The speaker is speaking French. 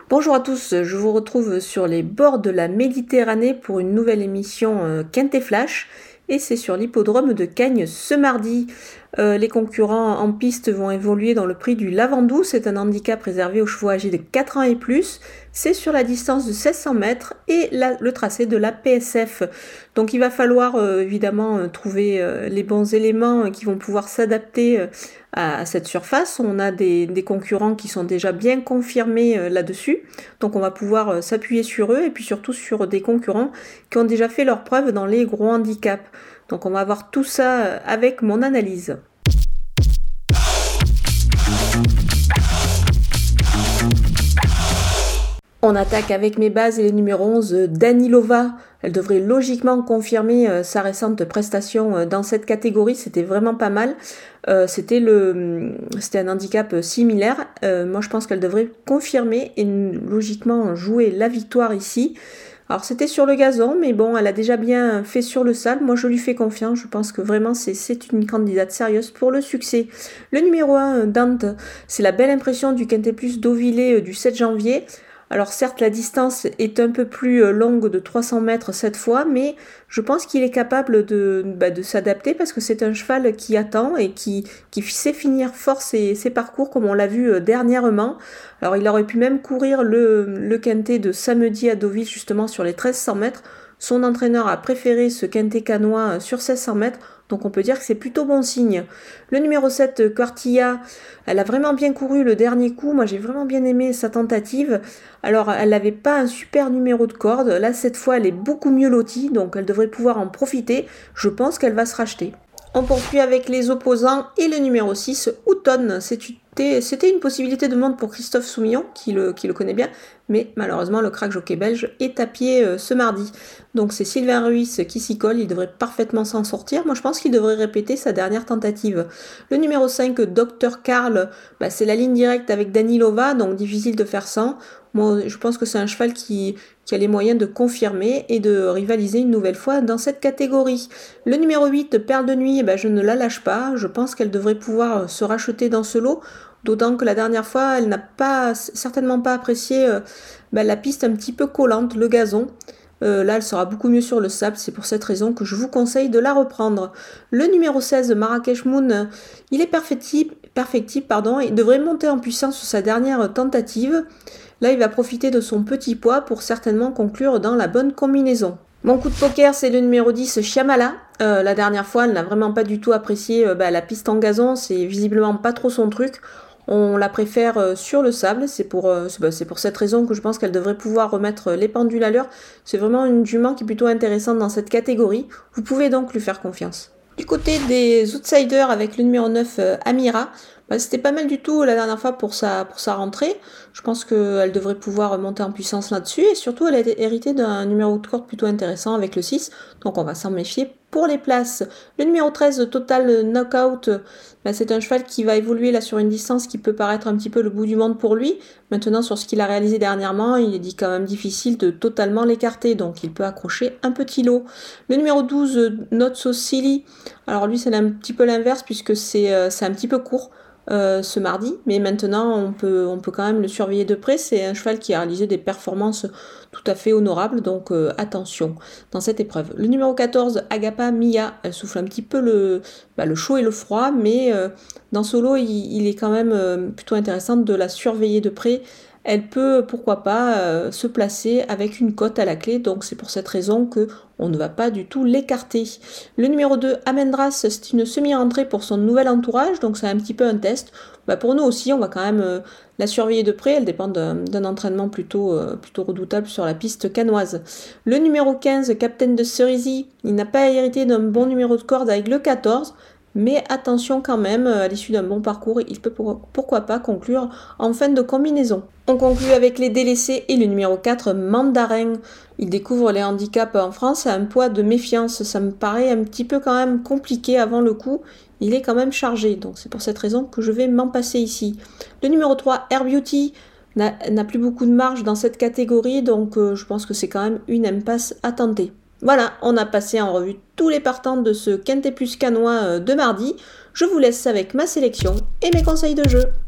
Bonjour à tous, je vous retrouve sur les bords de la Méditerranée pour une nouvelle émission Quintet Flash et c'est sur l'hippodrome de Cagnes ce mardi. Les concurrents en piste vont évoluer dans le prix du Lavandou, c'est un handicap réservé aux chevaux âgés de 4 ans et plus. C'est sur la distance de 1600 mètres et le tracé de la PSF. Donc il va falloir évidemment trouver les bons éléments qui vont pouvoir s'adapter à cette surface. On a des concurrents qui sont déjà bien confirmés là-dessus. Donc on va pouvoir s'appuyer sur eux et puis surtout sur des concurrents qui ont déjà fait leurs preuves dans les gros handicaps. Donc on va voir tout ça avec mon analyse. On attaque avec mes bases et les numéro 11, Danilova. Elle devrait logiquement confirmer sa récente prestation dans cette catégorie. C'était vraiment pas mal. C'était un handicap similaire. Moi, je pense qu'elle devrait confirmer et logiquement jouer la victoire ici. Alors, c'était sur le gazon, mais bon, elle a déjà bien fait sur le sable. Moi, je lui fais confiance. Je pense que vraiment, c'est une candidate sérieuse pour le succès. Le numéro 1, Dante, c'est la belle impression du Quintet Plus d'Auvillé du 7 janvier. Alors certes, la distance est un peu plus longue de 300 mètres cette fois, mais je pense qu'il est capable de s'adapter parce que c'est un cheval qui attend et qui sait finir fort ses parcours comme on l'a vu dernièrement. Alors il aurait pu même courir le quintet de samedi à Deauville justement sur les 1300 mètres. Son entraîneur a préféré ce quintet canois sur 1600 mètres, donc on peut dire que c'est plutôt bon signe. Le numéro 7, Quartilla, elle a vraiment bien couru le dernier coup, moi j'ai vraiment bien aimé sa tentative. Alors elle n'avait pas un super numéro de corde, là cette fois elle est beaucoup mieux lotie, donc elle devrait pouvoir en profiter, je pense qu'elle va se racheter. On poursuit avec les opposants et le numéro 6, Houghton. C'était une possibilité de monte pour Christophe Soumillon, qui le connaît bien, mais malheureusement le crack jockey belge est à pied ce mardi. Donc c'est Sylvain Ruiz qui s'y colle, il devrait parfaitement s'en sortir. Moi je pense qu'il devrait répéter sa dernière tentative. Le numéro 5, Dr Karl, c'est la ligne directe avec Danilova, donc difficile de faire sans. Moi je pense que c'est un cheval qui a les moyens de confirmer et de rivaliser une nouvelle fois dans cette catégorie. Le numéro 8, Perle de Nuit, je ne la lâche pas. Je pense qu'elle devrait pouvoir se racheter dans ce lot, d'autant que la dernière fois, elle n'a certainement pas apprécié la piste un petit peu collante, le gazon. Là, elle sera beaucoup mieux sur le sable. C'est pour cette raison que je vous conseille de la reprendre. Le numéro 16, Marrakech Moon, il est perfectible, il devrait monter en puissance sur sa dernière tentative. Là, il va profiter de son petit poids pour certainement conclure dans la bonne combinaison. Mon coup de poker, c'est le numéro 10, Chiamala. La dernière fois, elle n'a vraiment pas du tout apprécié la piste en gazon. C'est visiblement pas trop son truc. On la préfère sur le sable. C'est pour cette raison que je pense qu'elle devrait pouvoir remettre les pendules à l'heure. C'est vraiment une jument qui est plutôt intéressante dans cette catégorie. Vous pouvez donc lui faire confiance. Du côté des outsiders avec le numéro 9, Amira, c'était pas mal du tout la dernière fois pour sa rentrée. Je pense qu'elle devrait pouvoir monter en puissance là-dessus. Et surtout, elle a hérité d'un numéro de corde plutôt intéressant avec le 6. Donc on va s'en méfier pour les places. Le numéro 13, Total Knockout, c'est un cheval qui va évoluer là sur une distance qui peut paraître un petit peu le bout du monde pour lui. Maintenant, sur ce qu'il a réalisé dernièrement, il est dit quand même difficile de totalement l'écarter. Donc il peut accrocher un petit lot. Le numéro 12, Not So Silly. Alors lui, c'est un petit peu l'inverse puisque c'est un petit peu court. Ce mardi, mais maintenant on peut quand même le surveiller de près. C'est un cheval qui a réalisé des performances tout à fait honorables, donc attention dans cette épreuve. Le numéro 14, Agapa Mia, elle souffle un petit peu le chaud et le froid, mais dans ce lot il est quand même plutôt intéressant de la surveiller de près. Elle peut, pourquoi pas, se placer avec une cote à la clé, donc c'est pour cette raison que on ne va pas du tout l'écarter. Le numéro 2, Amendras, c'est une semi-rentrée pour son nouvel entourage, donc c'est un petit peu un test. Pour nous aussi, on va quand même la surveiller de près, elle dépend d'un entraînement plutôt redoutable sur la piste canoise. Le numéro 15, Captain de Cerisy, il n'a pas hérité d'un bon numéro de corde avec le 14, mais attention quand même, à l'issue d'un bon parcours, il peut pourquoi pas conclure en fin de combinaison. On conclut avec les délaissés et le numéro 4, Mandarin. Il découvre les handicaps en France à un poids de méfiance. Ça me paraît un petit peu quand même compliqué avant le coup. Il est quand même chargé, donc c'est pour cette raison que je vais m'en passer ici. Le numéro 3, Air Beauty, n'a plus beaucoup de marge dans cette catégorie, donc je pense que c'est quand même une impasse à tenter. Voilà, on a passé en revue tous les partants de ce Quintet Plus canois de mardi. Je vous laisse avec ma sélection et mes conseils de jeu.